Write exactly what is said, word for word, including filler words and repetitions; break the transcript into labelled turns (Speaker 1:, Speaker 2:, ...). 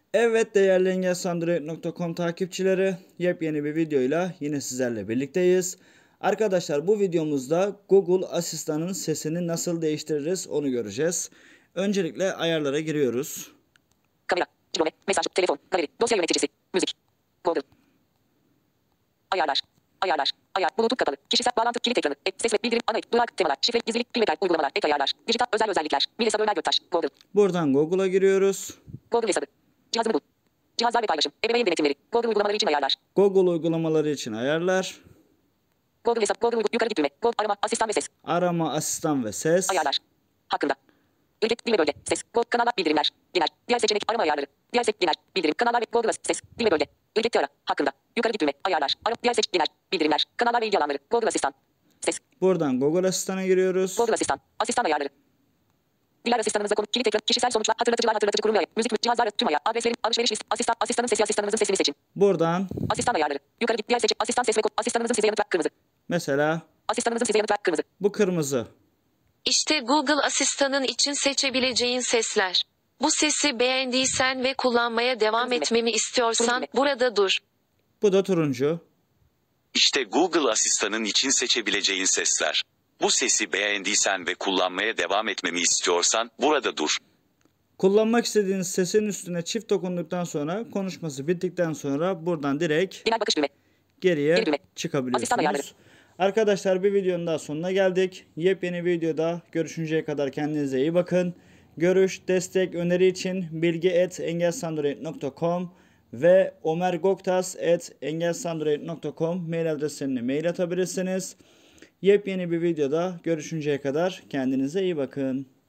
Speaker 1: Evet değerli engelsandroid nokta com takipçileri, yepyeni bir videoyla yine sizlerle birlikteyiz. Arkadaşlar bu videomuzda Google Asistan'ın sesini nasıl değiştiririz onu göreceğiz. Öncelikle ayarlara giriyoruz.
Speaker 2: Kamera, Chrome, mesaj, telefon, galeri, dosya yöneticisi, müzik, Google. Ayarlar, ayarlar, ayar, bluetooth kapalı, kişisel bağlantı kilit ekranı, ek, ses ve bildirim, ana ek, durak, temalar, şifre, gizlilik, kıymetler, uygulamalar, ek ayarlar, dijital özel özellikler, Melisa Ömer Göktaş, Google.
Speaker 1: Buradan Google'a giriyoruz.
Speaker 2: Google hesabı, cihazını bul, cihazlar ve paylaşım, ebeveyn denetimleri, Google uygulamaları için ayarlar.
Speaker 1: Google uygulamaları için ayarlar.
Speaker 2: Google hesap, Google yukarı git düğme, Google arama, asistan ve ses.
Speaker 1: Arama, asistan ve ses.
Speaker 2: Ayarlar. Hakkında. Ülke, dil ve bölge, ses, Google kanallar, bildirimler, genel, diğer seçenek, arama ayarları, diğer seçenek, genel, bildirim, kanallar ve Google ses, dil ve bölge, ülke ara, hakkında, yukarı git düğme, ayarlar, arama, diğer seçenek, genel, bildirimler, kanallar ve ilgi alanları, Google asistan, ses,
Speaker 1: Buradan Google Asistan'a giriyoruz.
Speaker 2: Google asistan, asistan ayarları. Diğer asistanımıza konu, kilit ekran, kişisel sonuçlar, hatırlatıcılar, hatırlatıcı kurum ve ayar, müzik, cihazlar, tüm ayar, adreslerin, alışveriş list, asistan, asistanın sesi, asistanımızın sesini seçin.
Speaker 1: Buradan
Speaker 2: Asistan ayarları, yukarı git, diğer seçenek, asistan ses ve kod, asistanımızın size yanıt ver, kırmızı.
Speaker 1: mesela
Speaker 2: Asistanımızın size yanıt ver, kırmızı.
Speaker 1: bu kırmızı.
Speaker 3: İşte Google Asistan'ın için seçebileceğin sesler. Bu sesi beğendiysen ve kullanmaya devam etmemi istiyorsan burada dur.
Speaker 1: Bu da turuncu.
Speaker 4: İşte Google Asistan'ın için seçebileceğin sesler. Bu sesi beğendiysen ve kullanmaya devam etmemi istiyorsan burada dur.
Speaker 1: Kullanmak istediğiniz sesin üstüne çift dokunduktan sonra, konuşması bittikten sonra buradan direkt
Speaker 2: Genel bakış düğme.
Speaker 1: geriye
Speaker 2: Geri düğme. Asistan ayarları.
Speaker 1: çıkabiliyorsunuz. Arkadaşlar bir videonun daha sonuna geldik. Yepyeni videoda görüşünceye kadar kendinize iyi bakın. Görüş, destek, öneri için bilgi et engelsandroid nokta com ve omergoktas et engelsandroid nokta com mail adreslerine mail atabilirsiniz. Yepyeni bir videoda görüşünceye kadar kendinize iyi bakın.